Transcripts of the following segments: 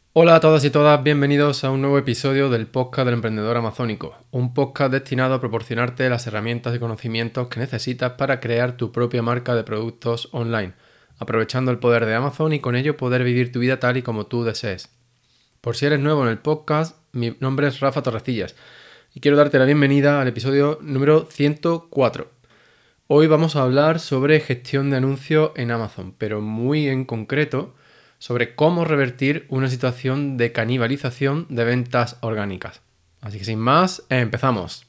Hola a todas y todas, bienvenidos a un nuevo episodio del podcast del emprendedor amazónico, un podcast destinado a proporcionarte las herramientas y conocimientos que necesitas para crear tu propia marca de productos online, aprovechando el poder de Amazon y con ello poder vivir tu vida tal y como tú desees. Por si eres nuevo en el podcast, mi nombre es Rafa Torrecillas y quiero darte la bienvenida al episodio número 104. Hoy vamos a hablar sobre gestión de anuncios en Amazon, pero muy en concreto sobre cómo revertir una situación de canibalización de ventas orgánicas. Así que sin más, empezamos.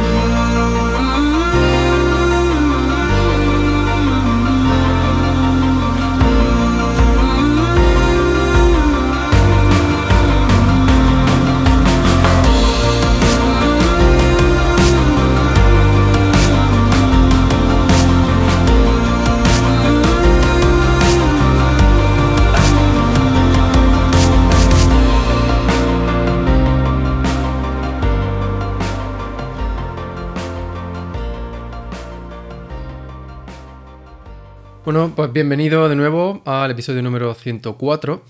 Bueno, pues bienvenido de nuevo al episodio número 104.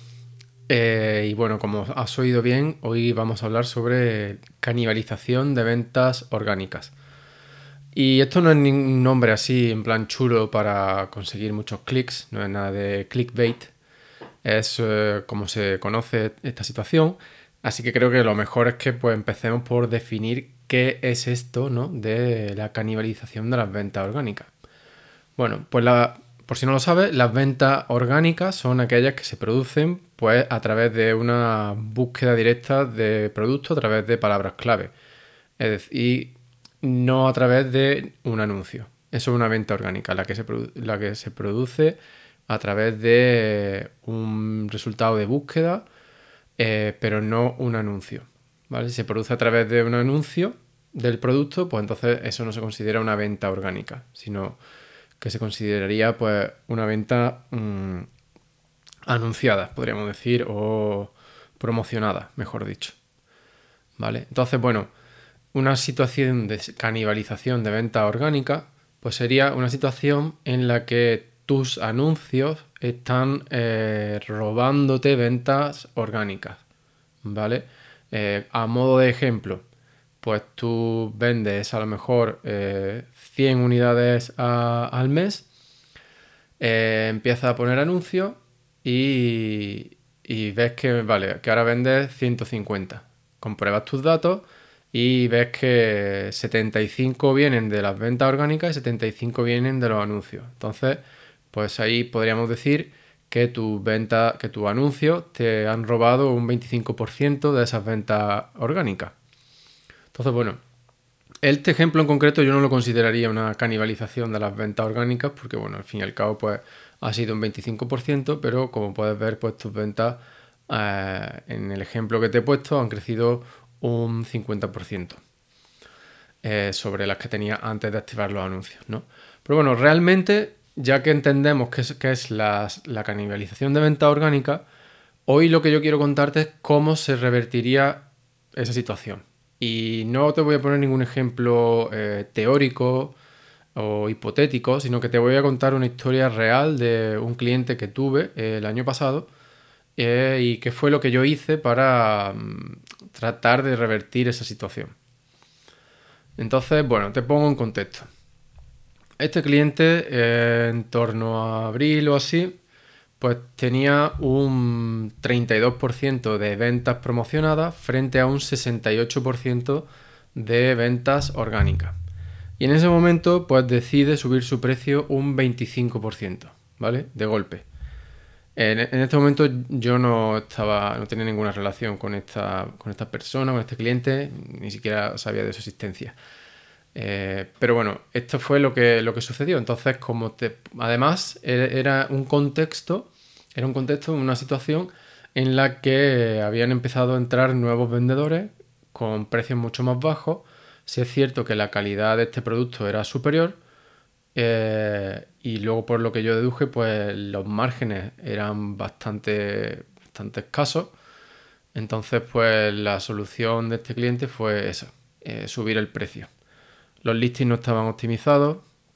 Y bueno, como has oído bien, hoy vamos a hablar sobre canibalización de ventas orgánicas. Y esto no es ningún nombre así en plan chulo para conseguir muchos clics, no es nada de clickbait, es como se conoce esta situación. Así que creo que lo mejor es que pues empecemos por definir qué es esto, ¿no?, de la canibalización de las ventas orgánicas. Bueno, pues por si no lo sabes, las ventas orgánicas son aquellas que se producen pues a través de una búsqueda directa de producto a través de palabras clave. Es decir, no a través de un anuncio. Eso es una venta orgánica, la que se produce a través de un resultado de búsqueda, pero no un anuncio. ¿Vale? Si se produce a través de un anuncio del producto, pues entonces eso no se considera una venta orgánica, sino que se consideraría pues una venta anunciada, podríamos decir, o promocionada, mejor dicho. ¿Vale? Entonces, bueno, una situación de canibalización de venta orgánica pues sería una situación en la que tus anuncios están robándote ventas orgánicas, ¿vale? A modo de ejemplo, pues tú vendes a lo mejor 100 unidades al mes, empiezas a poner anuncios y ves que, vale, que ahora vendes 150. Compruebas tus datos y ves que 75 vienen de las ventas orgánicas y 75 vienen de los anuncios. Entonces, pues ahí podríamos decir que tus anuncios te han robado un 25% de esas ventas orgánicas. Entonces, bueno, este ejemplo en concreto yo no lo consideraría una canibalización de las ventas orgánicas porque, bueno, al fin y al cabo, pues ha sido un 25%, pero como puedes ver, pues tus ventas en el ejemplo que te he puesto han crecido un 50% sobre las que tenía antes de activar los anuncios, ¿no? Pero bueno, realmente, ya que entendemos qué es la canibalización de venta orgánica, hoy lo que yo quiero contarte es cómo se revertiría esa situación. Y no te voy a poner ningún ejemplo teórico o hipotético, sino que te voy a contar una historia real de un cliente que tuve el año pasado y qué fue lo que yo hice para tratar de revertir esa situación. Entonces, bueno, te pongo en contexto. Este cliente, en torno a abril o así, pues tenía un 32% de ventas promocionadas frente a un 68% de ventas orgánicas. Y en ese momento, pues decide subir su precio un 25%, ¿vale? De golpe. En este momento yo no tenía ninguna relación con esta persona, con este cliente, ni siquiera sabía de su existencia. Pero bueno, esto fue lo que sucedió. Entonces, además era un contexto, una situación en la que habían empezado a entrar nuevos vendedores con precios mucho más bajos. Sí es cierto que la calidad de este producto era superior, y luego, por lo que yo deduje, pues los márgenes eran bastante escasos. Entonces, pues la solución de este cliente fue esa, subir el precio. Los listings no estaban optimizados,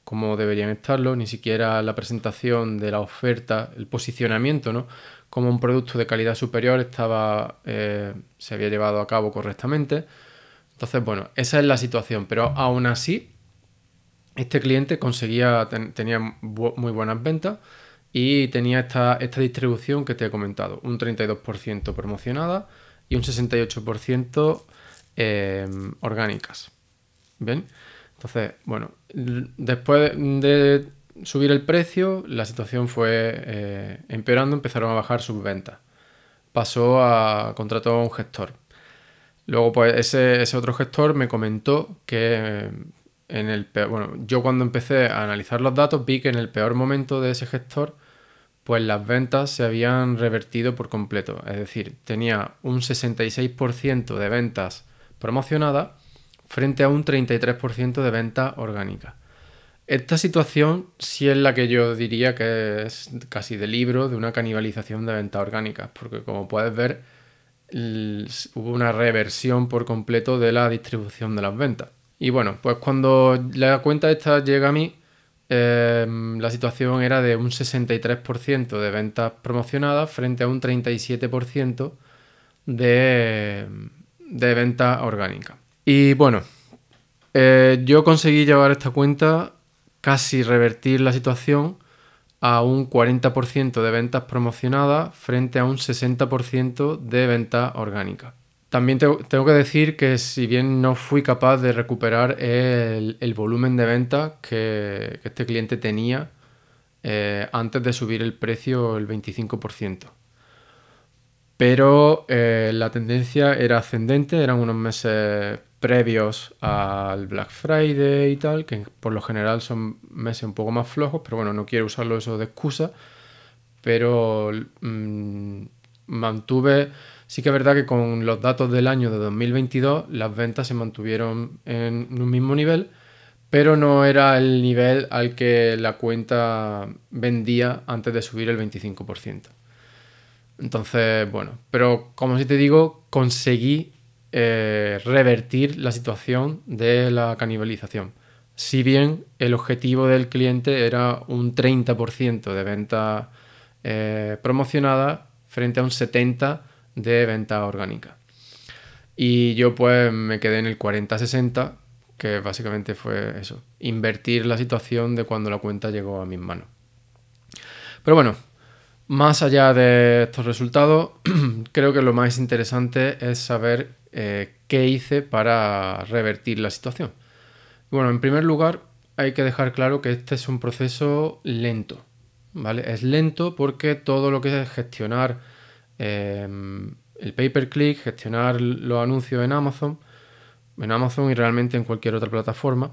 como deberían estarlo, ni siquiera la presentación de la oferta, el posicionamiento, ¿no? Como un producto de calidad superior se había llevado a cabo correctamente. Entonces, bueno, esa es la situación, pero aún así, este cliente tenía muy buenas ventas y tenía esta distribución que te he comentado, un 32% promocionada y un 68% orgánicas. Bien, entonces, bueno, después de subir el precio, la situación fue empeorando, empezaron a bajar sus ventas. Contrató a un gestor. Luego, pues ese otro gestor me comentó que yo cuando empecé a analizar los datos vi que en el peor momento de ese gestor, pues las ventas se habían revertido por completo. Es decir, tenía un 66% de ventas promocionadas frente a un 33% de ventas orgánicas. Esta situación sí es la que yo diría que es casi de libro de una canibalización de ventas orgánicas, porque como puedes ver, hubo una reversión por completo de la distribución de las ventas. Y bueno, pues cuando la cuenta esta llega a mí, la situación era de un 63% de ventas promocionadas frente a un 37% de ventas orgánicas. Y bueno, yo conseguí llevar esta cuenta, casi revertir la situación a un 40% de ventas promocionadas frente a un 60% de ventas orgánicas. También tengo que decir que si bien no fui capaz de recuperar el volumen de ventas que este cliente tenía antes de subir el precio el 25%. Pero la tendencia era ascendente, eran unos meses previos al Black Friday y tal, que por lo general son meses un poco más flojos, pero bueno, no quiero usarlo eso de excusa, pero sí que es verdad que con los datos del año de 2022 las ventas se mantuvieron en un mismo nivel, pero no era el nivel al que la cuenta vendía antes de subir el 25%. Entonces, bueno, pero como si te digo, conseguí revertir la situación de la canibalización. Si bien el objetivo del cliente era un 30% de ventas promocionadas frente a un 70% de ventas orgánicas. Y yo pues me quedé en el 40-60, que básicamente fue eso, invertir la situación de cuando la cuenta llegó a mis manos. Pero bueno, más allá de estos resultados, creo que lo más interesante es saber qué hice para revertir la situación. Bueno, en primer lugar, hay que dejar claro que este es un proceso lento, ¿vale? Es lento porque todo lo que es gestionar el pay-per-click, gestionar los anuncios en Amazon y realmente en cualquier otra plataforma,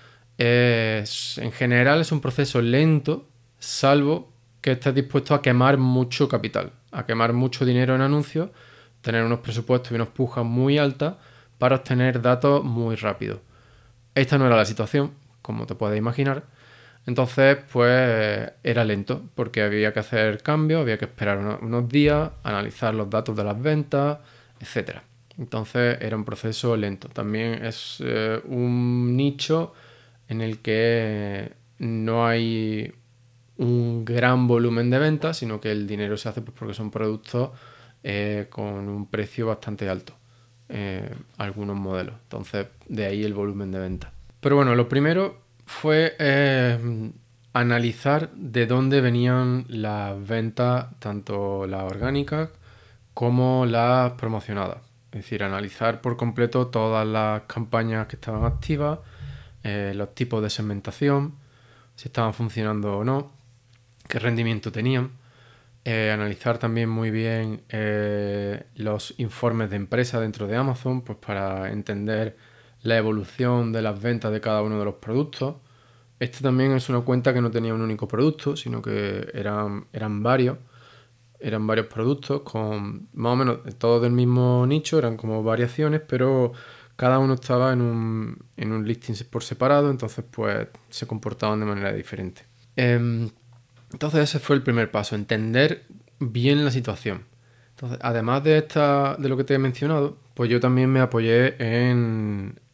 en general es un proceso lento, salvo que estés dispuesto a quemar mucho capital, a quemar mucho dinero en anuncios, tener unos presupuestos y unos pujas muy altas para obtener datos muy rápido. Esta no era la situación, como te puedes imaginar. Entonces, pues era lento, porque había que hacer cambios, había que esperar unos días, analizar los datos de las ventas, etc. Entonces era un proceso lento. También es un nicho en el que no hay un gran volumen de ventas, sino que el dinero se hace pues porque son productos con un precio bastante alto, algunos modelos. Entonces, de ahí el volumen de ventas. Pero bueno, lo primero fue analizar de dónde venían las ventas, tanto las orgánicas como las promocionadas. Es decir, analizar por completo todas las campañas que estaban activas, los tipos de segmentación, si estaban funcionando o no, qué rendimiento tenían. Analizar también muy bien los informes de empresa dentro de Amazon, pues para entender la evolución de las ventas de cada uno de los productos. Este también es una cuenta que no tenía un único producto, sino que eran varios productos con más o menos todos del mismo nicho, eran como variaciones, pero cada uno estaba en un listing por separado, entonces pues se comportaban de manera diferente. Entonces ese fue el primer paso, entender bien la situación. Entonces, además de lo que te he mencionado, pues yo también me apoyé en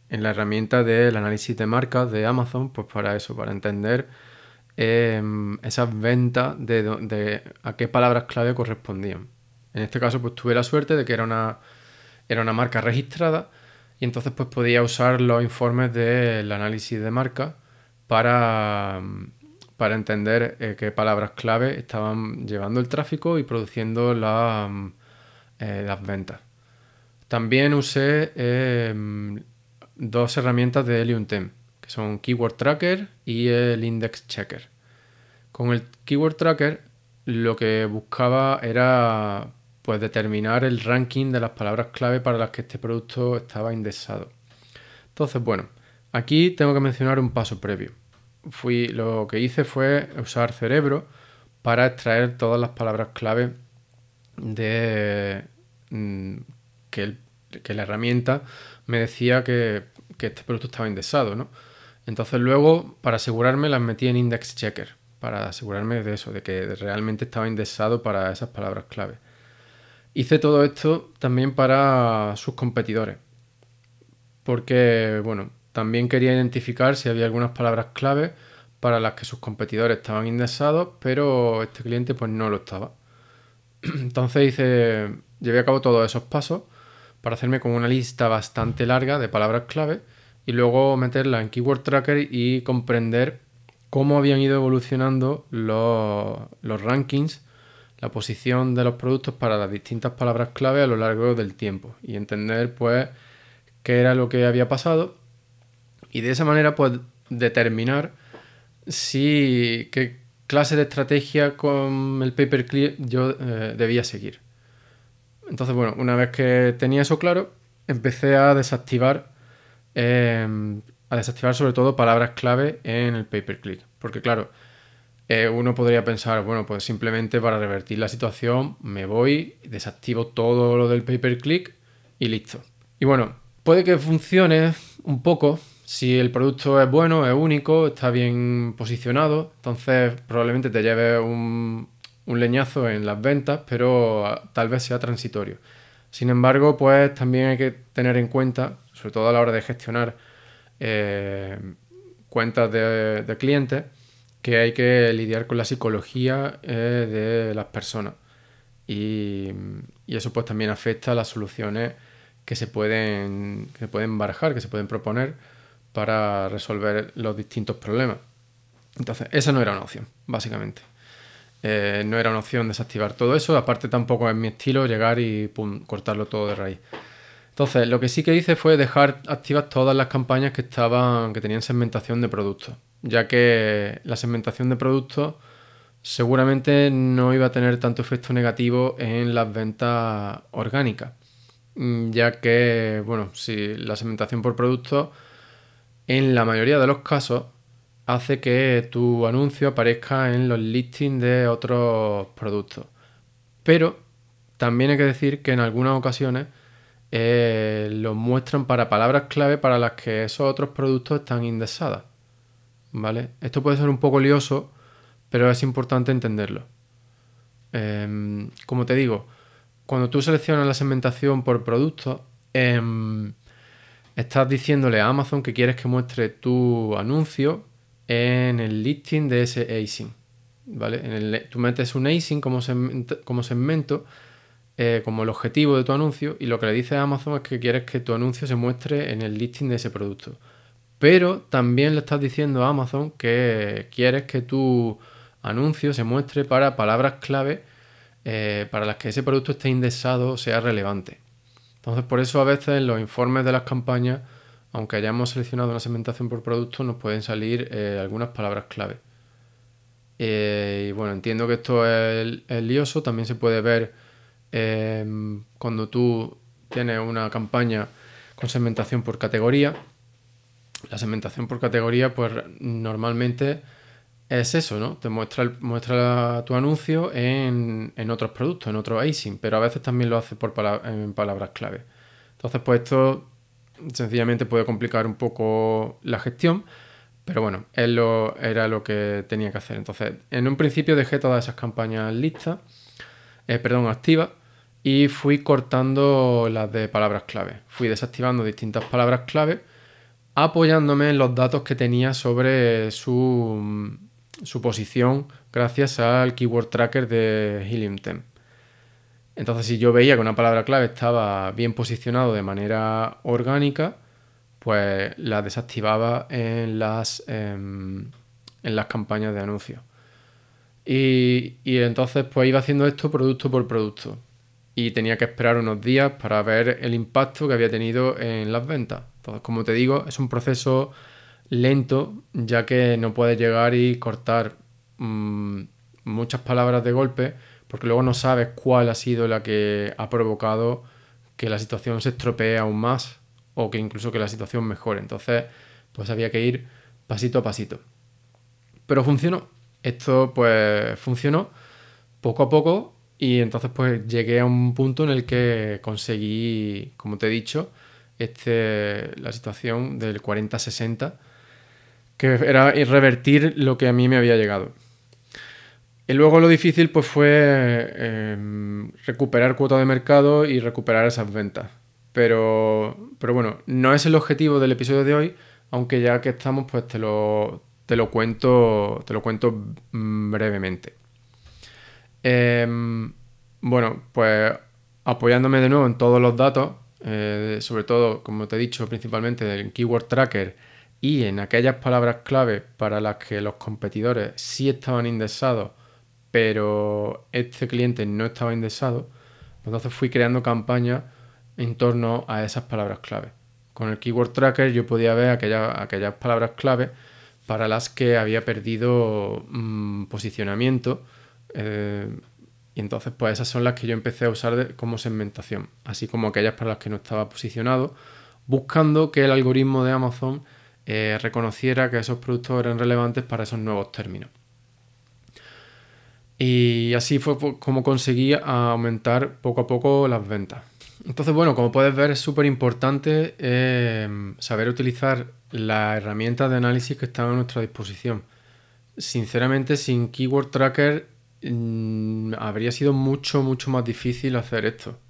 en la herramienta del análisis de marcas de Amazon, pues para eso, para entender esas ventas de a qué palabras clave correspondían. En este caso, pues tuve la suerte de que era una marca registrada y entonces pues podía usar los informes del análisis de marca para entender qué palabras clave estaban llevando el tráfico y produciendo las ventas. También usé dos herramientas de Helium 10, que son Keyword Tracker y el Index Checker. Con el Keyword Tracker lo que buscaba era pues determinar el ranking de las palabras clave para las que este producto estaba indexado. Entonces, bueno, aquí tengo que mencionar un paso previo. Lo que hice fue usar Cerebro para extraer todas las palabras clave que la herramienta me decía que este producto estaba indexado, ¿no? Entonces luego, para asegurarme, las metí en Index Checker, para asegurarme de eso, de que realmente estaba indexado para esas palabras clave. Hice todo esto también para sus competidores, porque, bueno, también quería identificar si había algunas palabras clave para las que sus competidores estaban indexados, pero este cliente pues no lo estaba. Entonces llevé a cabo todos esos pasos para hacerme con una lista bastante larga de palabras clave y luego meterla en Keyword Tracker y comprender cómo habían ido evolucionando los rankings, la posición de los productos para las distintas palabras clave a lo largo del tiempo y entender pues qué era lo que había pasado y de esa manera pues determinar qué clase de estrategia con el pay-per-click yo debía seguir. Entonces, bueno, una vez que tenía eso claro, empecé a desactivar sobre todo palabras clave en el pay-per-click. Porque claro, uno podría pensar, bueno, pues simplemente para revertir la situación me voy, desactivo todo lo del pay-per-click y listo. Y bueno, puede que funcione un poco si el producto es bueno, es único, está bien posicionado, entonces probablemente te lleves un leñazo en las ventas, pero tal vez sea transitorio. Sin embargo, pues también hay que tener en cuenta, sobre todo a la hora de gestionar cuentas de clientes, que hay que lidiar con la psicología de las personas. Y eso pues también afecta a las soluciones que se pueden barajar, que se pueden proponer para resolver los distintos problemas. Entonces, esa no era una opción, básicamente. No era una opción desactivar todo eso, aparte tampoco es mi estilo llegar y cortarlo todo de raíz. Entonces, lo que sí que hice fue dejar activas todas las campañas que tenían segmentación de productos, ya que la segmentación de productos seguramente no iba a tener tanto efecto negativo en las ventas orgánicas, ya que, bueno, si la segmentación por productos, en la mayoría de los casos, hace que tu anuncio aparezca en los listings de otros productos. Pero también hay que decir que en algunas ocasiones los muestran para palabras clave para las que esos otros productos están indexadas, ¿vale? Esto puede ser un poco lioso, pero es importante entenderlo. Como te digo, cuando tú seleccionas la segmentación por producto, estás diciéndole a Amazon que quieres que muestre tu anuncio en el listing de ese async, ¿vale? Tú metes un async como segmento, como el objetivo de tu anuncio, y lo que le dices a Amazon es que quieres que tu anuncio se muestre en el listing de ese producto. Pero también le estás diciendo a Amazon que quieres que tu anuncio se muestre para palabras clave para las que ese producto esté indexado o sea relevante. Entonces, por eso a veces en los informes de las campañas, aunque hayamos seleccionado una segmentación por producto, nos pueden salir algunas palabras clave. Y bueno, entiendo que esto es lioso. También se puede ver cuando tú tienes una campaña con segmentación por categoría. La segmentación por categoría, pues normalmente es eso, ¿no? Te muestra tu anuncio en otros productos, en otros async, pero a veces también lo hace en palabras clave. Entonces, pues esto sencillamente puede complicar un poco la gestión, pero bueno, era lo que tenía que hacer. Entonces, en un principio dejé todas esas campañas activas, y fui cortando las de palabras clave. Fui desactivando distintas palabras clave apoyándome en los datos que tenía sobre su posición gracias al keyword tracker de Helium 10. Entonces, si yo veía que una palabra clave estaba bien posicionado de manera orgánica, pues la desactivaba en las campañas de anuncios. Y entonces pues iba haciendo esto producto por producto. Y tenía que esperar unos días para ver el impacto que había tenido en las ventas. Entonces, como te digo, es un proceso lento, ya que no puedes llegar y cortar muchas palabras de golpe, porque luego no sabes cuál ha sido la que ha provocado que la situación se estropee aún más o que incluso que la situación mejore. Entonces, pues había que ir pasito a pasito. Pero funcionó. Esto pues funcionó poco a poco y entonces pues llegué a un punto en el que conseguí, como te he dicho, la situación del 40-60, que era revertir lo que a mí me había llegado. Y luego lo difícil pues fue recuperar cuota de mercado y recuperar esas ventas. Pero bueno, no es el objetivo del episodio de hoy, aunque ya que estamos pues te lo cuento brevemente. Bueno, pues apoyándome de nuevo en todos los datos, sobre todo, como te he dicho, principalmente del keyword tracker y en aquellas palabras clave para las que los competidores sí estaban indexados, pero este cliente no estaba indexado, entonces fui creando campañas en torno a esas palabras clave. Con el keyword tracker yo podía ver aquellas palabras clave para las que había perdido posicionamiento, y entonces pues esas son las que yo empecé a usar como segmentación, así como aquellas para las que no estaba posicionado, buscando que el algoritmo de Amazon reconociera que esos productos eran relevantes para esos nuevos términos. Y así fue como conseguí aumentar poco a poco las ventas. Entonces, bueno, como puedes ver, es súper importante saber utilizar las herramientas de análisis que están a nuestra disposición. Sinceramente, sin Keyword Tracker habría sido mucho, mucho más difícil hacer esto.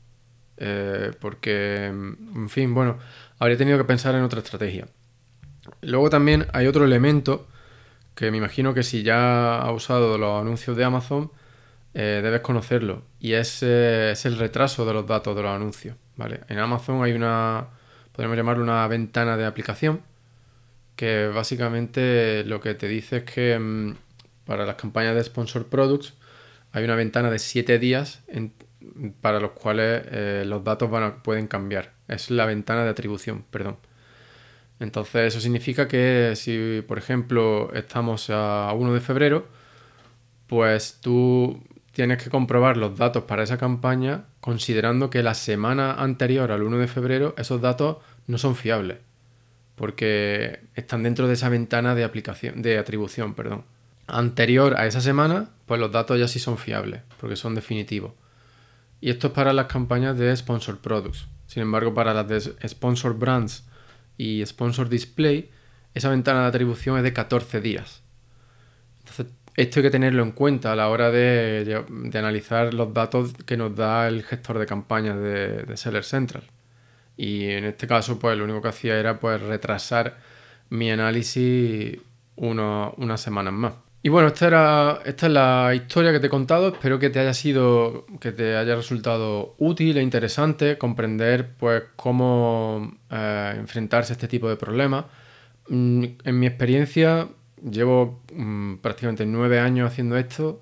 Porque, en fin, bueno, habría tenido que pensar en otra estrategia. Luego también hay otro elemento que me imagino que si ya has usado los anuncios de Amazon, debes conocerlo, y es el retraso de los datos de los anuncios, ¿vale? En Amazon hay podríamos llamarlo una ventana de aplicación, que básicamente lo que te dice es que para las campañas de Sponsor Products hay una ventana de 7 días para los cuales los datos pueden cambiar. Es la ventana de atribución, perdón. Entonces eso significa que si, por ejemplo, estamos a 1 de febrero, pues tú tienes que comprobar los datos para esa campaña considerando que la semana anterior al 1 de febrero esos datos no son fiables, porque están dentro de esa ventana de atribución, perdón. Anterior a esa semana, pues los datos ya sí son fiables, porque son definitivos. Y esto es para las campañas de Sponsor Products. Sin embargo, para las de Sponsor Brands y Sponsor Display, esa ventana de atribución es de 14 días. Entonces, esto hay que tenerlo en cuenta a la hora de analizar los datos que nos da el gestor de campañas de Seller Central. Y en este caso, pues lo único que hacía era pues retrasar mi análisis unas semanas más. Y bueno, esta es la historia que te he contado. Espero que te haya resultado útil e interesante comprender pues cómo enfrentarse a este tipo de problemas. En mi experiencia llevo prácticamente 9 años haciendo esto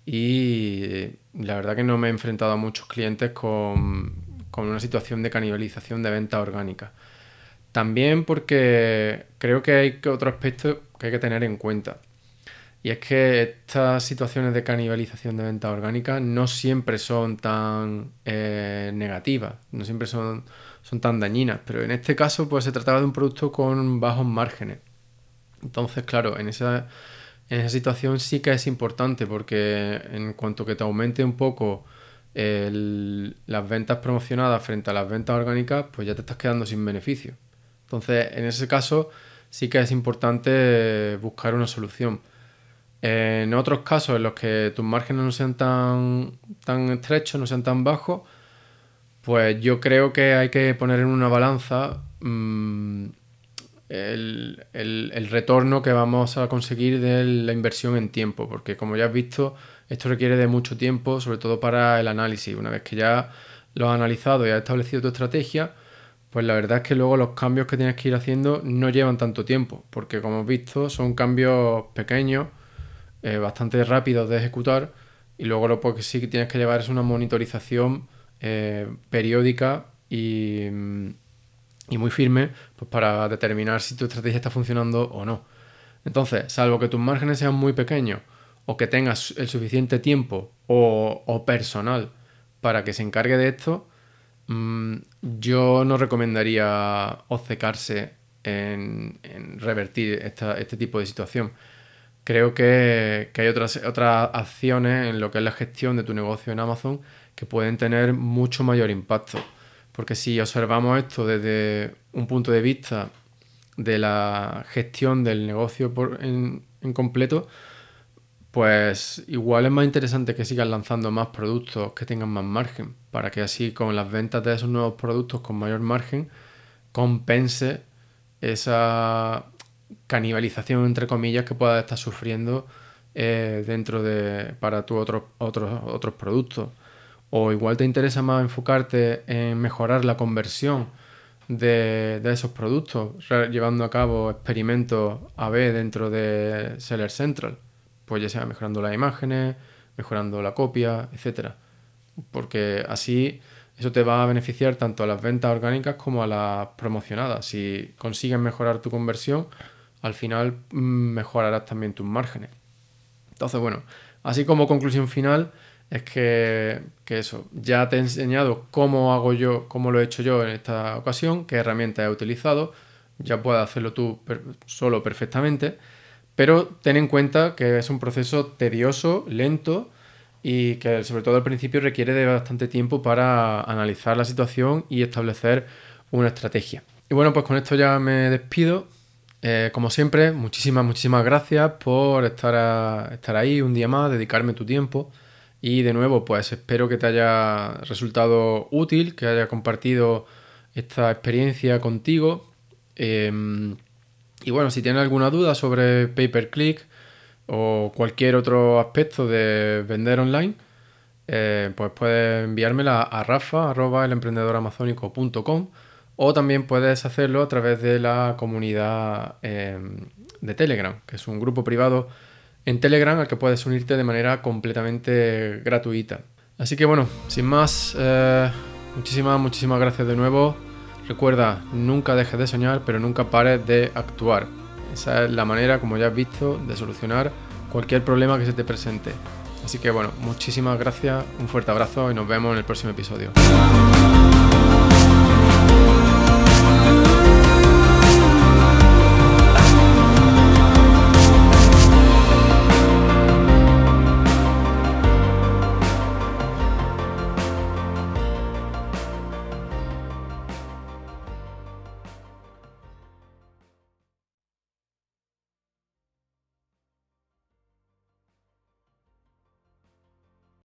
y la verdad que no me he enfrentado a muchos clientes con una situación de canibalización de venta orgánica. También porque creo que hay otro aspecto que hay que tener en cuenta. Y es que estas situaciones de canibalización de venta orgánica no siempre son tan negativas, no siempre son tan dañinas, pero en este caso pues se trataba de un producto con bajos márgenes. Entonces, claro, en esa situación sí que es importante, porque en cuanto que te aumente un poco las ventas promocionadas frente a las ventas orgánicas, pues ya te estás quedando sin beneficio. Entonces, en ese caso sí que es importante buscar una solución. En otros casos en los que tus márgenes no sean tan estrechos, no sean tan bajos, pues yo creo que hay que poner en una balanza el retorno que vamos a conseguir de la inversión en tiempo, porque como ya has visto, esto requiere de mucho tiempo, sobre todo para el análisis. Una vez que ya lo has analizado y has establecido tu estrategia, pues la verdad es que luego los cambios que tienes que ir haciendo no llevan tanto tiempo, porque como has visto son cambios pequeños, bastante rápidos de ejecutar, y luego lo que sí que tienes que llevar es una monitorización periódica y muy firme, pues para determinar si tu estrategia está funcionando o no. Entonces, salvo que tus márgenes sean muy pequeños o que tengas el suficiente tiempo o personal para que se encargue de esto, yo no recomendaría obcecarse en revertir este tipo de situación. Creo que hay otras acciones en lo que es la gestión de tu negocio en Amazon que pueden tener mucho mayor impacto. Porque si observamos esto desde un punto de vista de la gestión del negocio en completo, pues igual es más interesante que sigas lanzando más productos que tengan más margen, para que así con las ventas de esos nuevos productos con mayor margen compense esa canibalización, entre comillas, que puedas estar sufriendo para tus otros productos. O igual te interesa más enfocarte en mejorar la conversión de esos productos, llevando a cabo experimentos A/B dentro de Seller Central, pues ya sea mejorando las imágenes, mejorando la copia, etcétera. Porque así eso te va a beneficiar tanto a las ventas orgánicas como a las promocionadas. Si consigues mejorar tu conversión, al final mejorarás también tus márgenes. Entonces, bueno, así como conclusión final, es que eso, ya te he enseñado cómo lo he hecho yo en esta ocasión, qué herramientas he utilizado, ya puedes hacerlo tú solo perfectamente, pero ten en cuenta que es un proceso tedioso, lento y que sobre todo al principio requiere de bastante tiempo para analizar la situación y establecer una estrategia. Y bueno, pues con esto ya me despido. Como siempre, muchísimas gracias por estar ahí un día más, dedicarme tu tiempo. Y de nuevo, pues espero que te haya resultado útil, que haya compartido esta experiencia contigo. Y bueno, si tienes alguna duda sobre pay-per-click o cualquier otro aspecto de vender online, pues puedes enviármela a rafa@elemprendedoramazónico.com, o también puedes hacerlo a través de la comunidad de Telegram, que es un grupo privado en Telegram al que puedes unirte de manera completamente gratuita. Así que bueno, sin más, muchísimas gracias de nuevo. Recuerda, nunca dejes de soñar, pero nunca pares de actuar. Esa es la manera, como ya has visto, de solucionar cualquier problema que se te presente. Así que bueno, muchísimas gracias, un fuerte abrazo y nos vemos en el próximo episodio.